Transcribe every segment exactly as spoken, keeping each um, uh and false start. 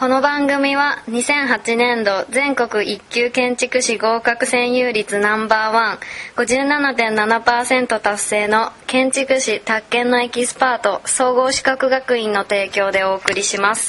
この番組はにせんはちねんど全国一級建築士合格占有率ナンバーワン ごじゅうななてんななパーセント 達成の建築士宅建のエキスパート総合資格学院の提供でお送りします。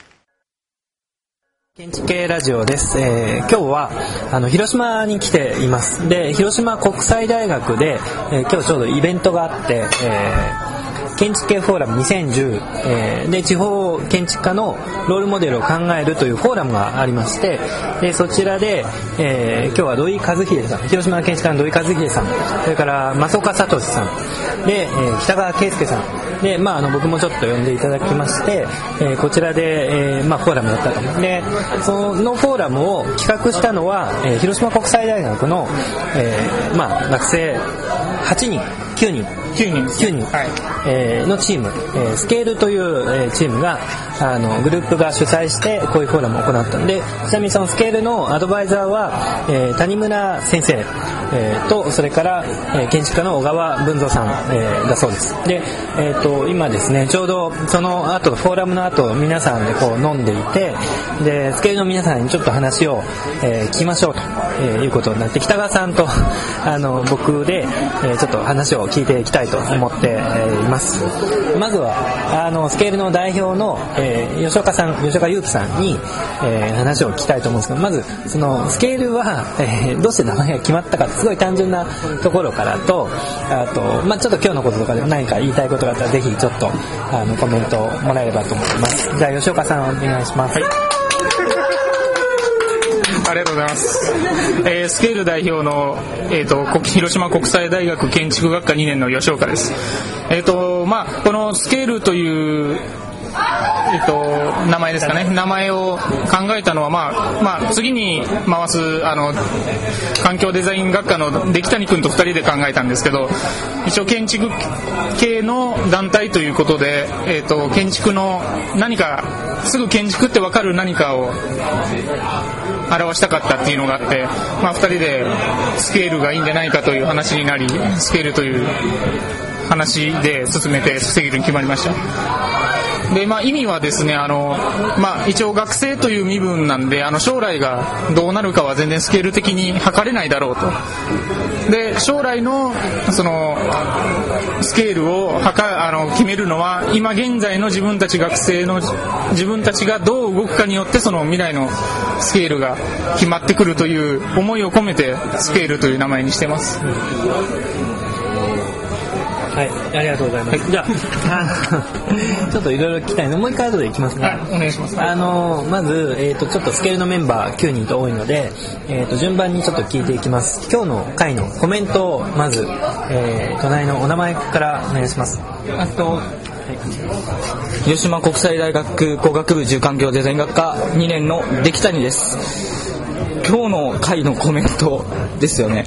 建築系ラジオです。えー、今日はあの広島に来ています。で、広島国際大学で、えー、今日ちょうどイベントがあって、えー建築系フォーラムにせんじゅう、えー、で地方建築家のロールモデルを考えるというフォーラムがありまして、でそちらで、えー、今日は土井和秀さん、広島の建築家の土井和秀さん、それから増岡聡さんで、えー、北川圭介さんで、まあ、あの僕もちょっと呼んでいただきまして、えー、こちらで、えーまあ、フォーラムやったと。でそのフォーラムを企画したのは、えー、広島国際大学の、えーまあ、学生はちにんきゅうにんきゅうにんきゅうにん、はいえー、のチーム、えー、スケールという、えー、チームがあのグループが主催してこういうフォーラムを行ったので、ちなみにそのスケールのアドバイザーは、えー、谷村先生、えー、とそれから、えー、建築家の小川文蔵さん、えー、だそうです。で、えー、と今ですねちょうどその後フォーラムの後皆さんでこう飲んでいて、でスケールの皆さんにちょっと話を、えー、聞きましょうと、えー、いうことになって、北川さんとあの僕で、えー、ちょっと話を聞いていきたいと思って、えー、います。まずはあのスケールの代表の、えー、吉岡さん吉岡祐樹さんに、えー、話を聞きたいと思うんですけど、まずそのスケールは、えー、どうして名前が決まったか、すごい単純なところからと、あと、まあ、ちょっと今日のこととかで何か言いたいことがあったらぜひちょっとあのコメントをもらえればと思います。じゃあ吉岡さんお願いします。はい、 ありがとうございます。えー、スケール代表の、えー、と広島国際大学建築学科にねんの吉岡です。えーとまあ、このスケールというえっと、名前ですかね。名前を考えたのは、まあまあ、次に回すあの環境デザイン学科の出来谷君とふたりで考えたんですけど、一応建築系の団体ということで、えっと、建築の何かすぐ建築って分かる何かを表したかったっていうのがあって、まあ、ふたりでスケールがいいんじゃないかという話になり、スケールという話で進めてスケールに決まりました。でまあ、意味はですね、あの、まあ、一応学生という身分なんで、あの将来がどうなるかは全然スケール的に測れないだろうと。で将来のそのスケールを測あの決めるのは今現在の自分たち学生の自分たちがどう動くかによって、その未来のスケールが決まってくるという思いを込めてスケールという名前にしてます。 はい、ありがとうございます。はい、じゃあちょっといろいろ聞きたいの、もう一回後でいきますね。はい、 お願いします。 あのまず、えー、とちょっとスケールのメンバーきゅうにんと多いので、えー、と順番にちょっと聞いていきます。今日の回のコメントをまず、えー、隣のお名前からお願いします。 あと、はい、広島国際大学工学部住環境デザイン学科にねんの出来谷です。今日の回のコメントですよね。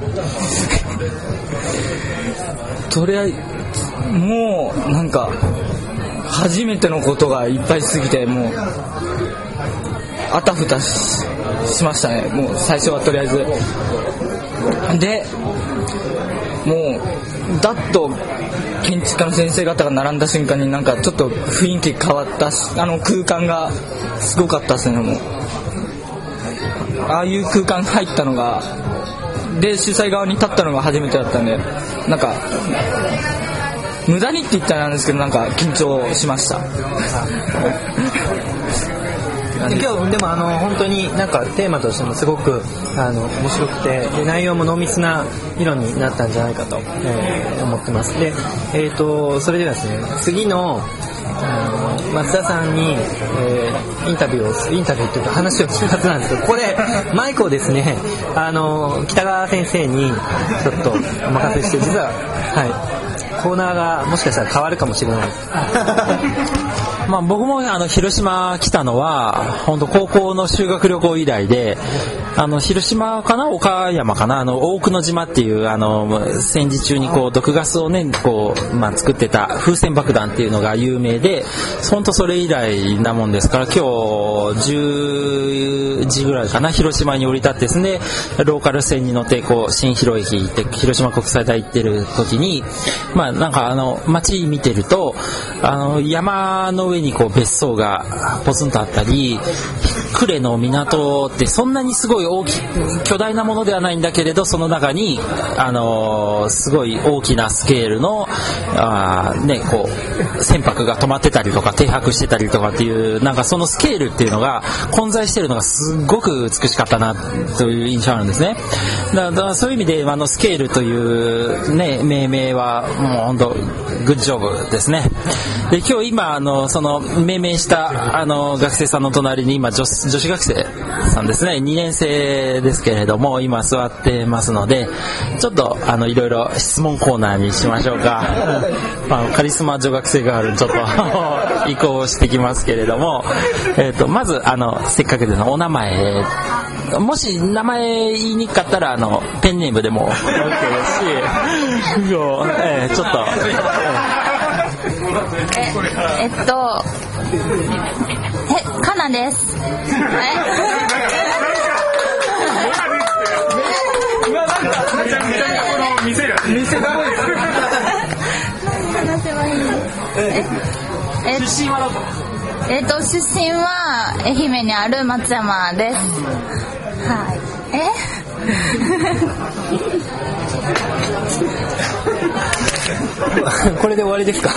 とりあえずもうなんか初めてのことがいっぱいすぎて、もうあたふた し, しましたね。もう最初はとりあえずで、もうだっと建築家の先生方が並んだ瞬間になんかちょっと雰囲気変わったし、あの空間がすごかったですね。もうああいう空間入ったのがで、主催側に立ったのが初めてだったんで、なんか無駄にって言ったらなんですけど、なんか緊張しました。 今日でもあの本当になんかテーマとしてもすごくあの面白くて、で内容も濃密な議論になったんじゃないかと、えー、思ってます。で、えーとそれでですね、次のあの松田さんに、えー、インタビューをインタビューというか話を聞くはずなんですけど、これマイクをですね、あの北川先生にちょっとお任せして、実ははいコーナーがもしかしたら変わるかもしれないです。 まあ僕もあの広島来たのは本当高校の修学旅行以来で、ああの広島かな岡山かなあの大久野島っていうあの戦時中にこう毒ガスをねこう、まあ、作ってた風船爆弾っていうのが有名で、本当それ以来なもんですから、今日じゅうじぐらいかな広島に降り立ってですね、ローカル線に乗ってこう新広駅行って広島国際大行ってる時に、まあなんかあの街見てるとあの山の上にこう別荘がポツンとあったり、呉の港ってそんなにすごい大き巨大なものではないんだけれど、その中にあのすごい大きなスケールのあ、ね、こう船舶が止まってたりとか停泊してたりとかっていう、なんかそのスケールっていうのが混在しているのがすごく美しかったなという印象あるんですね。だからそういう意味であのスケールという、ね、命名はもう本当グッジョブですね。で今日今あのその命名したあの学生さんの隣に今女子女子学生さんですね、にねん生ですけれども今座ってますので、ちょっとあのいろいろ質問コーナーにしましょうか。まあ、カリスマ女学生ガールにちょっと移行してきますけれども、えー、とまずあのせっかくでのお名前、もし名前言いにくかったらあのペンネームでも OK ですし、えー、ちょっと、 ええっとえかなです。ええ出身はどこ？えっと出身は愛媛にある松山です。はい。 え？これで終わりですか？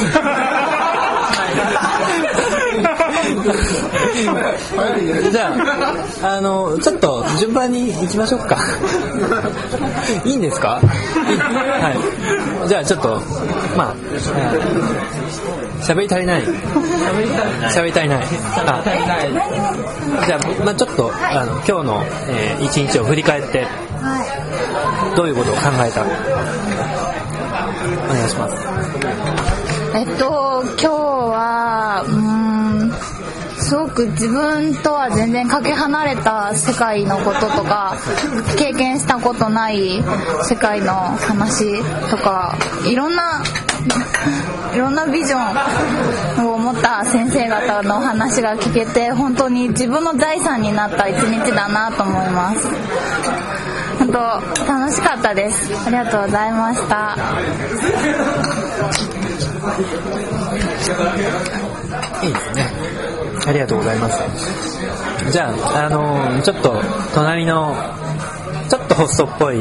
じゃあ、あのちょっと順番に行きましょうか。いいんですか？はい。じゃあちょっとまあ喋り足りない。喋り足りない。あ、じゃあ、まあ、ちょっとあの今日の、えー、一日を振り返ってどういうことを考えた？お願いします。 えっと今日はうーんすごく自分とは全然かけ離れた世界のこととか、経験したことない世界の話とか、いろんないろんなビジョンを持った先生方の話が聞けて、本当に自分の財産になった一日だなと思います。本当楽しかったです。ありがとうございました。 いいですね。ありがとうございます。じゃあ、あのちょっと隣のちょっとホストっぽいイ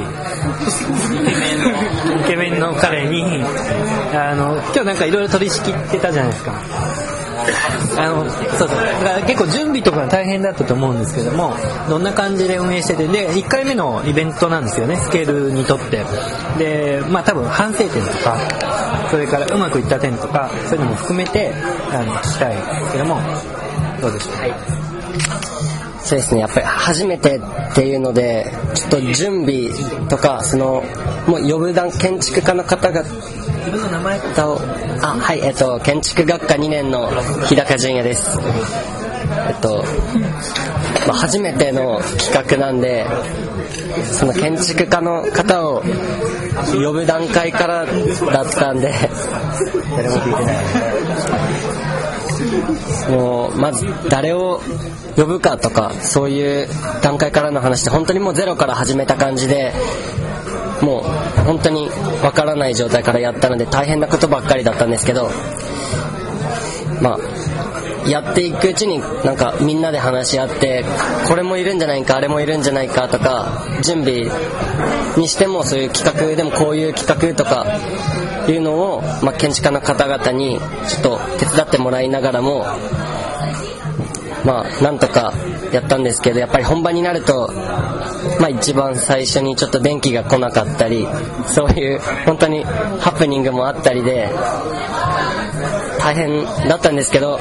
ケメンの彼にあの今日なんかいろいろ取り仕切ってたじゃないですか。あのそうそう、だから結構準備とか大変だったと思うんですけども、どんな感じで運営してて、でいっかいめのイベントなんですよね、スケールにとって。でまあ多分反省点とか、それからうまくいった点とか、そういうのも含めてあの聞きたいんですけども、どうでしょう。はい。 そうですね、やっぱり初めてっていうのでちょっと準備とか、そのもう呼ぶ段建築家の方が自分の名前とあはいえっと建築学科にねんの日高純也です。えっと、まあ、初めての企画なんで、その建築家の方を呼ぶ段階からだったんで誰も聞いてないもうまず誰を呼ぶかとか、そういう段階からの話で、本当にもうゼロから始めた感じで、もう本当にわからない状態からやったので大変なことばっかりだったんですけど、まあやっていくうちになんかみんなで話し合って、これもいるんじゃないかあれもいるんじゃないかとか、準備にしてもそういう企画でもこういう企画とかいうのを、まあ、建築家の方々にちょっと手伝ってもらいながらも、まあなんとかやったんですけど、やっぱり本番になると、まあ一番最初にちょっと電気が来なかったり、そういう本当にハプニングもあったりで大変だったんですけど、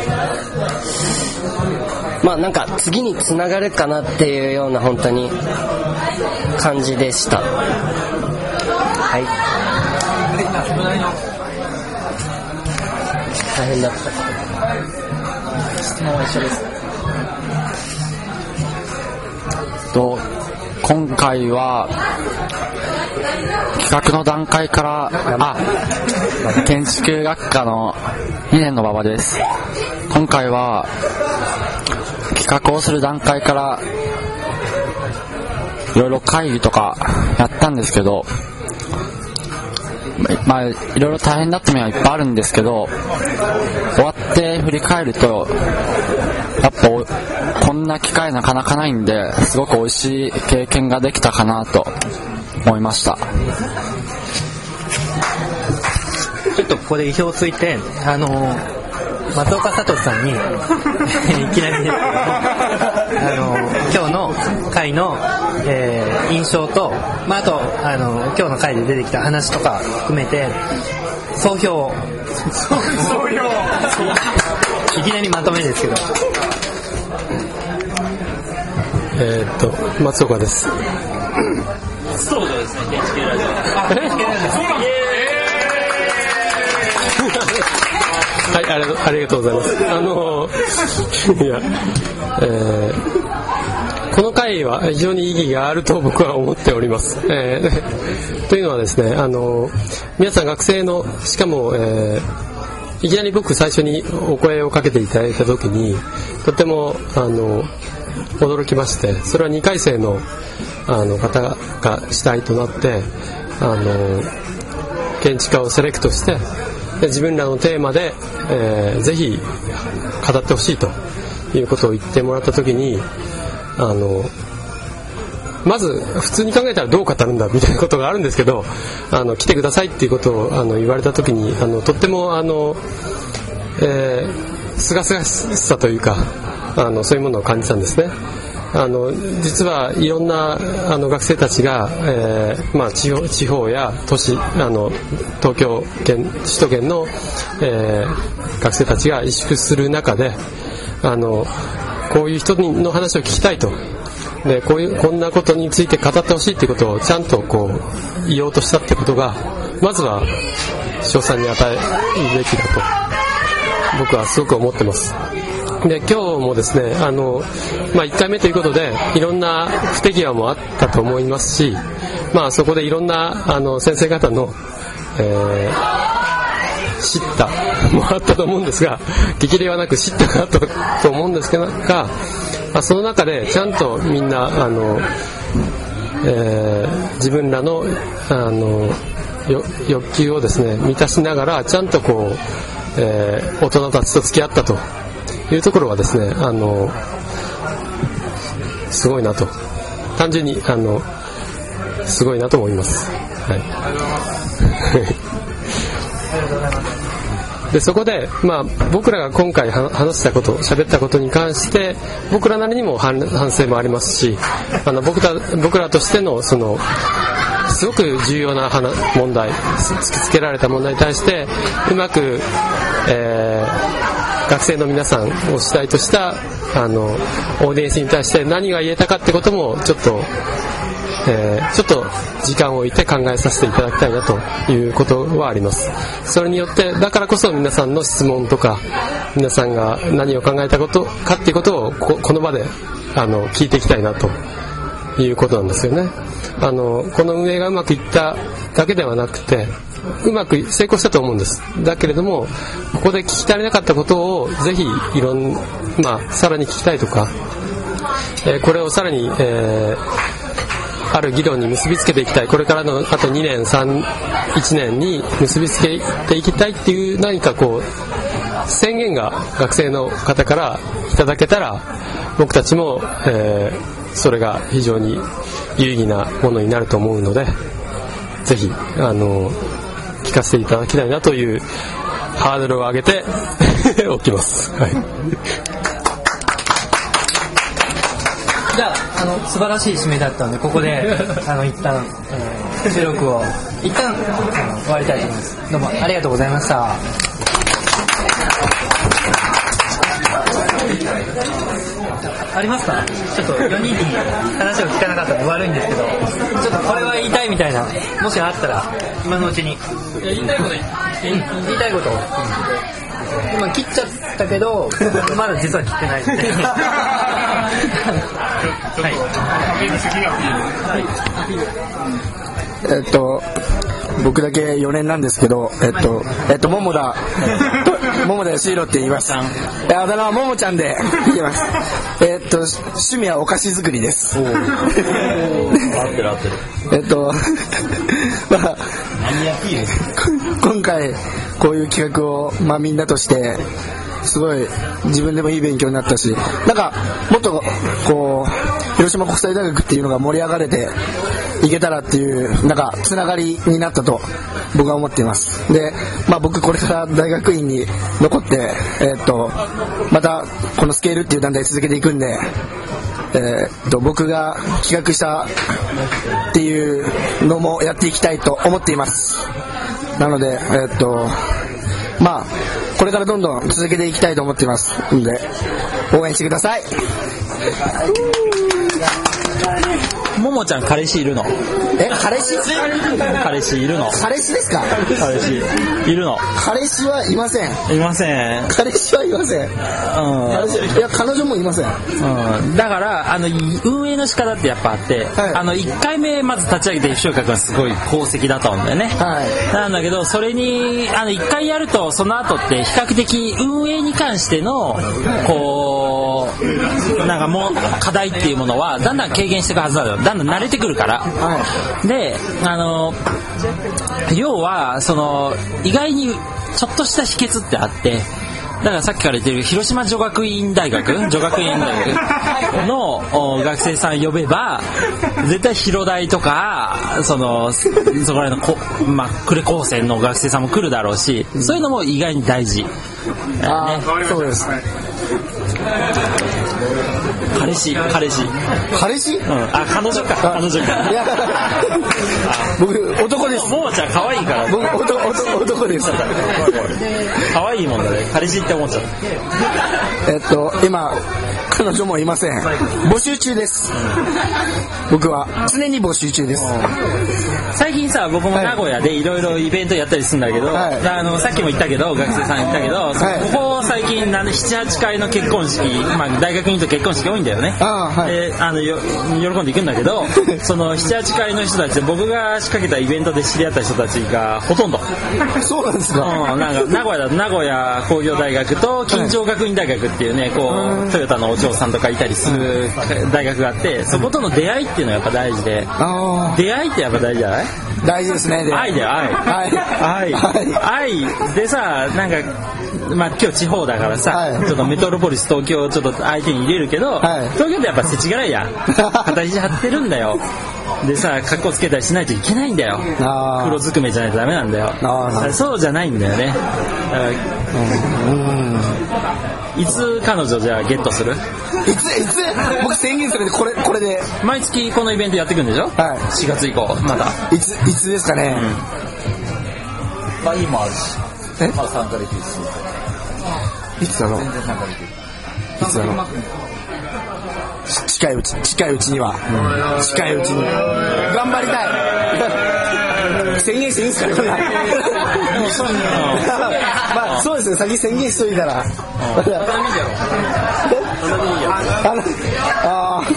まあなんか次につながるかなっていうような本当に感じでした。はい。大変だった。質問は一緒です。 と今回は企画の段階からあ建築学科のにねんの馬場です。今回は企画をする段階からいろいろ会議とかやったんですけど、まあいろいろ大変だった面はいっぱいあるんですけど、終わって振り返るとやっぱこんな機会なかなかないんで、すごく美味しい経験ができたかなと思いました。 ちょっとここで意表をついて、あの松岡聡さんにいきなりですけども、あの今日の回の、えー、印象と、まあ、あとあの今日の回で出てきた話とか含めて総評を総評いきなりまとめですけど、 えー、っと松岡です。 ストージですね、建築ラジオ。あ、建築ラジオ。 はい、ありがとう、ありがとうございます。あのいや、えー、この会は非常に意義があると僕は思っております。えー、というのはですね、あの皆さん学生の、しかも、えー、いきなり僕最初にお声をかけていただいた時にとてもあの驚きまして、それはにかい生のあの方が主体となってあの建築家をセレクトして、自分らのテーマで、えー、ぜひ語ってほしいということを言ってもらったときに、あのまず普通に考えたらどう語るんだみたいなことがあるんですけど、あの来てくださいっていうことをあの言われたときに、あのとってもあの、えー、すがすがしさというか、あのそういうものを感じたんですね。あの実はいろんなあの学生たちが、えーまあ、地方、地方や都市、あの東京圏、首都圏の、えー、学生たちが萎縮する中で、あのこういう人の話を聞きたいと、でこういうこんなことについて語ってほしいということをちゃんとこう言おうとしたってことが、まずは賞賛に与えるべきだと僕はすごく思ってます。で今日もですね、あの、まあ、いっかいめということでいろんな不手際もあったと思いますし、まあ、そこでいろんなあの先生方の、えー、叱咤もあったと思うんですが、激励はなく叱咤があったと思うんですが、まあ、その中でちゃんとみんなあの、えー、自分らの、あの欲求をですね満たしながらちゃんとこう、えー、大人たちと付き合ったというところはですね、あのすごいなと、単純にあのすごいなと思います。はい。でそこで、まあ、僕らが今回話したこと、喋ったことに関して僕らなりにも反省もありますし、あの 僕, ら僕らとしてのそのすごく重要な問題、突きつけられた問題に対してうまく、えー、学生の皆さんを主体としたあのオーディエンスに対して何が言えたかってこともちょっと、えー、ちょっと時間を置いて考えさせていただきたいなということはあります。それによってだからこそ皆さんの質問とか皆さんが何を考えたことかっていうことを こ, この場であの聞いていきたいなということなんですよね。あのこの運営がうまくいっただけではなくてうまく成功したと思うんです。だけれどもここで聞き足りなかったことをぜひいろん、まあ、さらに聞きたいとか、えー、これをさらに、えー、ある議論に結びつけていきたい、これからのあとにねんさん、いちねんに結びつけていきたいっていう何かこう宣言が学生の方からいただけたら僕たちも、えー、それが非常に有意義なものになると思うので、ぜひあの聞かせていただきたいなというハードルを上げておきます。はい。 じゃあ、あの素晴らしい締めだったのでここであの一旦、えー、収録を一旦あの終わりたいと思います。どうもありがとうございました。ありますか？ちょっとよにんに話を聞かなかったので悪いんですけど、ちょっとこれは言いたいみたいな、もしあったら今のうちに。いや、言いたいこと、うん、言いたいこと、うん、今切っちゃったけどまだ実は切ってないんでえっと僕だけよねんなんですけど、えっとえっと桃田桃田義弘って言います。あだ名は桃ちゃんで言います。えっと趣味はお菓子作りです。合ってる合ってる。 えっとまあ今回こういう企画をまあみんなとしてすごい自分でもいい勉強になったし、なんかもっとこう広島国際大学っていうのが盛り上がれていけたらっていうなんかつながりになったと僕は思っています。で、まあ僕これから大学院に残ってえー、っとまたこのスケールっていう団体続けていくんで、えー、っと僕が企画したっていうのもやっていきたいと思っています。なのでえー、っとまあこれからどんどん続けていきたいと思っていますので応援してください。 ももちゃん彼氏いるの？ え、彼氏？ 彼氏いるの？ 彼氏ですか？ 彼氏いるの？ 彼氏はいません。 いません。 彼氏はいません。うん。彼氏、いや彼女もいません。 うん。だからあの運営の仕方ってやっぱあって、はい、あのいっかいめまず立ち上げて吉岡君はすごい功績だったんだよね。はい。なんだけどそれにあのいっかいやるとその後って比較的運営に関してのこうなんかもう課題っていうものはだんだん軽減していくはずだよ。だんだん慣れてくるから、はい、であの要はその意外にちょっとした秘訣ってあって、だからさっきから言ってる広島女学院大学女学院大学の学生さん呼べば絶対広大とかそのそこらのこ、まあ、呉高専の学生さんも来るだろうし、そういうのも意外に大事、 あ、ね、そうです。 彼氏彼氏彼氏、うん、 あ彼女か彼女かいや僕男です。 ももちゃん可愛いから僕男男です。 可愛いもんだね。彼氏って思っちゃう。 えっと今彼女もいません。募集中です。僕は常に募集中です。 最近さ僕も名古屋でいろいろイベントやったりするんだけど、はい、あのさっきも言ったけど学生さん言ったけど、はい、ここ最近ななはちかいの結婚式、まあ、大学にと結婚式多いんだよね。あ、はい、であのよ喜んで行くんだけどそのななはちかいの人たちで僕が仕掛けたイベントで知り合った人たちがほとんどそうなんですか。 うん、なんか名古屋だと名古屋工業大学と金城学院大学っていうねこうトヨタのお嬢さんとかいたりする大学があって、そことの出会いっていうのがやっぱ大事で、出会いってやっぱ大事じゃない？ 大事ですね。 愛だよ愛、はい、愛、愛でさ、なんかまあ今日地方だからさ、はい、ちょっとメトロポリス東京をちょっと相手に入れるけど、はい、東京ってやっぱ世知辛いやん片肘張ってるんだよ。でさ格好つけたりしないといけないんだよ。黒ずくめじゃないとダメなんだよ。そうじゃないんだよね。うん、いつ彼女じゃあゲットする？ いついつ僕宣言するんでこれこれで毎月このイベントやっていくんでしょ？はい。しがつ以降またいついつですかね。うん、 まあいいもあるし。え？まだ参加できるし。 いつだろう？全然参加できる。いつだろう？近いうち近いうちには、うん、近いうちに頑張りたい宣言していいんですかねこんなもうそうなのまあそうですよ、先宣言しといたらまだああ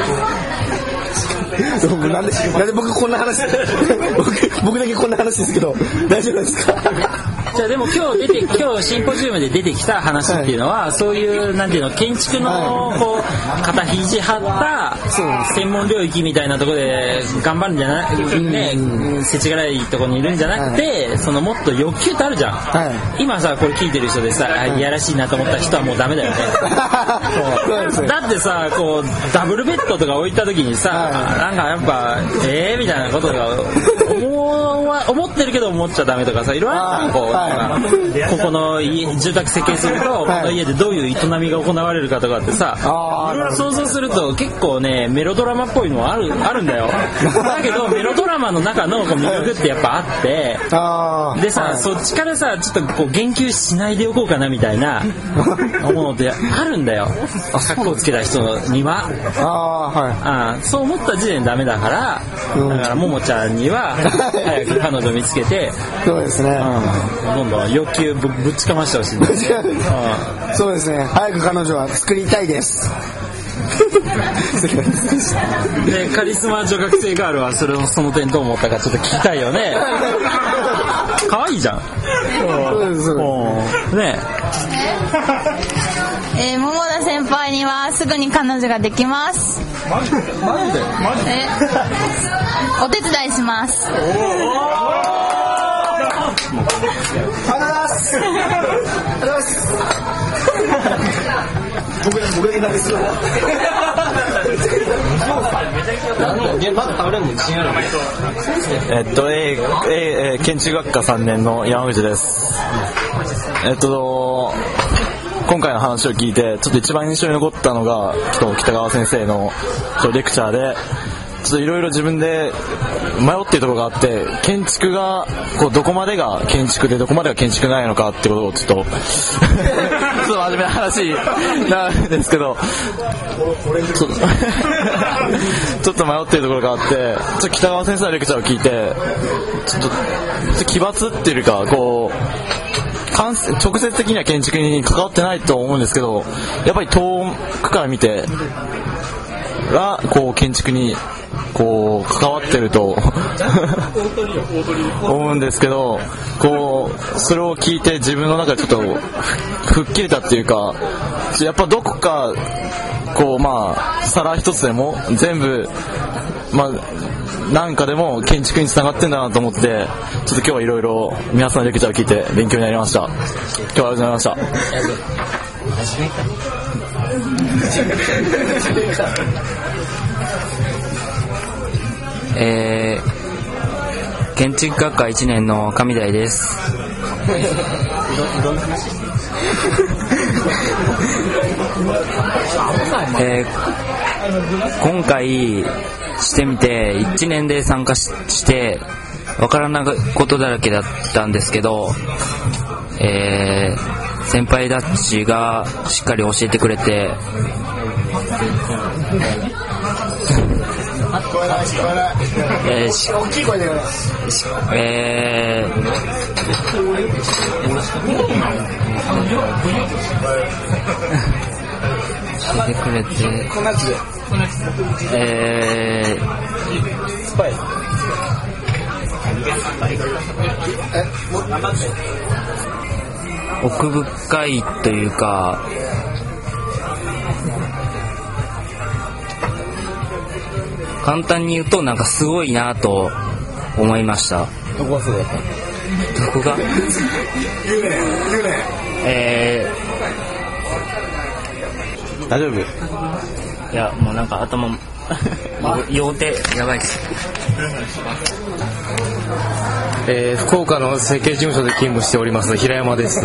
なんでなんで僕こんな話僕僕だけこんな話ですけど大丈夫ですか？ じゃあでも今日出て今日シンポジウムで出てきた話っていうのは、はい、そういうなんていうの建築のこう肩肘張った専門領域みたいなところで頑張るんじゃなくて、ね、世知辛いところにいるんじゃなくて、はい、そのもっと欲求ってあるじゃん、はい、今さこれ聞いてる人でさ、はい、いやらしいなと思った人はもうダメだよねそうだってさこうダブルベッドとか置いた時にさ、はい、なんかやっぱえーみたいなことが思思ってるけど思っちゃダメとかさいろいろあるこう、はいここの家住宅設計すると、はい、この家でどういう営みが行われるかとかってさいろいろ想像すると結構ねメロドラマっぽいのはあるあるんだよだけどメロドラマの中のこう魅力ってやっぱあってあでさ、はい、そっちからさちょっとこう言及しないでおこうかなみたいなものってあるんだよ格好つけた人にはあ、はい、あそう思った時点でダメだから、うん、だからももちゃんには早く彼女見つけてそうですね、 うんどんどん欲求 ぶ, ぶっちかましてほしいんだそうですね早く彼女は作りたいですでカリスマ女学生ガールはそれをその点どう思ったかちょっと聞きたいよね。可愛いじゃん。ねえー、桃田先輩にはすぐに彼女ができます。 マジでマジでマジで、 えー、お手伝いします。 僕ら僕らだけするわ。 えっと、えーえー、建築学科さんねんの山口です。えっと今回の話を聞いてちょっと一番印象に残ったのがちょっと北川先生のレクチャーで、ちょっといろいろ自分で迷っているところがあって、建築がこうどこまでが建築でどこまでが建築ないのかってことをちょっとちょっと真面目な話なんですけど、ちょっとちょっと迷っているところがあって、ちょっと北川先生のレクチャーを聞いてちょっとちょっと奇抜っていうかこう間接直接的には建築に関わってないと思うんですけど、やっぱり遠くから見てがこう建築にこう関わってると思うんですけど、こうそれを聞いて自分の中でちょっと吹っ切れたっていうか、やっぱどこかこうまあ皿一つでも全部まあなんかでも建築につながってんだなと思って、ちょっと今日はいろいろ皆さんのレクチャーを聞いて勉強になりました。今日はありがとうございました。 えー、建築学科いちねんの上台です。えー、今回してみていちねんで参加 し, してわからないことだらけだったんですけど、えー、先輩たちがしっかり教えてくれて、えー、しえー、教えてくれて、えー、奥深いというか、簡単に言うとなんかすごいなと思いました。 どこがすごいかったどこがえー、大丈夫？ いやもうなんか頭も両手やばいです。 えー、福岡の設計事務所で勤務しております平山です。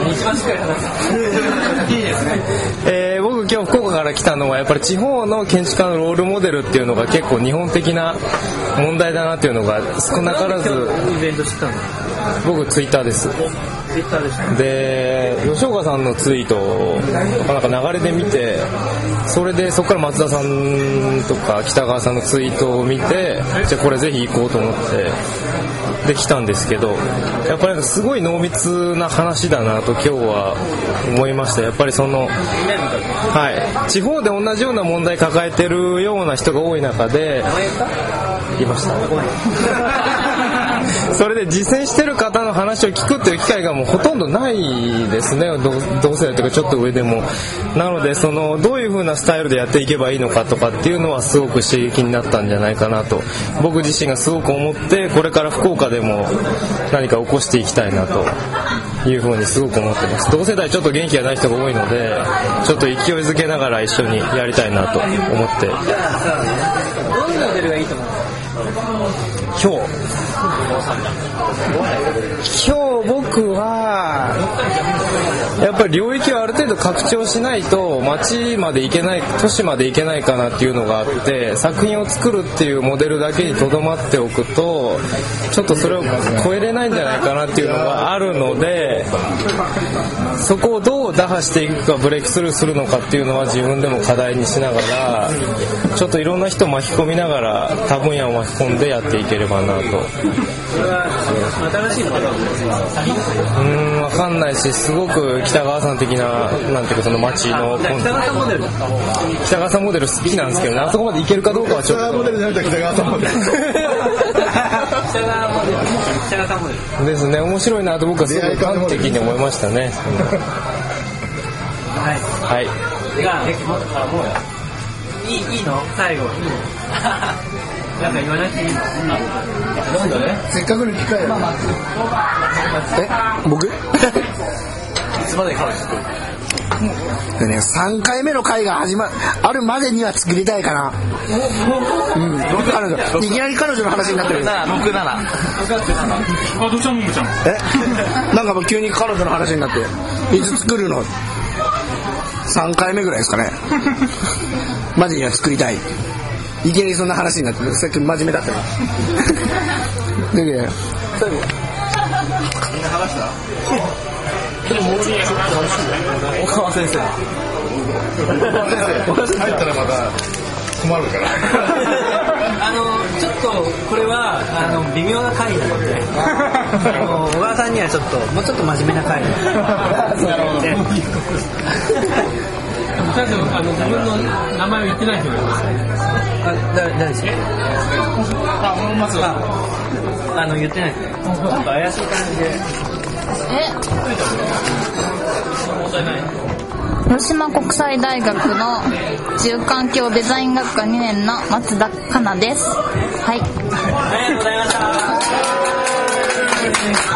えー、僕今日福岡から来たのはやっぱり地方の建築家のロールモデルっていうのが結構日本的な問題だなっていうのが少なからず。 イベント知ったの？ 僕ツイッターです。で吉岡さんのツイートをなんか流れで見て、それでそこから松田さんとか北川さんのツイートを見て、じゃあこれぜひ行こうと思ってできたんですけど、やっぱりすごい濃密な話だなと今日は思いました。やっぱりその、はい、地方で同じような問題抱えてるような人が多い中でいましたそれで実践してる方の話を聞くっていう機会がもうほとんどないですね。同世代とかちょっと上でも。なのでそのどういう風なスタイルでやっていけばいいのかとかっていうのはすごく刺激になったんじゃないかなと僕自身がすごく思って、これから福岡でも何か起こしていきたいなという風にすごく思ってます。同世代ちょっと元気がない人が多いので、ちょっと勢いづけながら一緒にやりたいなと思って。どんなモデルがいいと思う？今日今日僕はやっぱり領域をある程度拡張しないと町まで行けない、都市まで行けないかなっていうのがあって、作品を作るっていうモデルだけにとどまっておくとちょっとそれを超えれないんじゃないかなっていうのがあるので、そこをどう打破していくかブレイクスルーするのかっていうのは自分でも課題にしながらちちょっといろんな人巻き込みながら多分野を巻き込んでやっていければなと。 これは新しいのかな。 うーん、わかんないし、すごく北川さん的な、なんていうかその街の北川さんモデル北川さんモデル好きなんですけどね、あそこまでいけるかどうかはちょっと。 北川モデルじゃなくて北川さんモデル北川モデル北川さんモデルですね。面白いなと僕はすごい端的に思いましたね。 はいはい。 じゃあもういいいいの最後いいのなんか言わなくていいのなんだねせっかくの機会だ。え僕いつまで彼女作るでね、さんかいめの回が始まるあるまでには作りたいかな。うん彼女いきなり彼女の話になってる。 ろくななあ、どうしたももちゃん。 えなんかもう急に彼女の話になっていつ作るのさんかいめぐらいですかねマジには作りたい。いきなりそんな話になってさっき真面目だったなでね最後みんな話した岡川先生入ったらまた困るからあのちょっとこれはあの微妙な回なのであの小川さんにはちょっともうちょっと真面目な回なので最初あの自分の名前を言ってない人がいます。あ、だ誰ですか。あ、まずはあの言ってない人。ちょっと怪しい感じで。 え広島国際大学の住環境デザイン学科にねんの松田香奈です。はい。 ありがとうございました。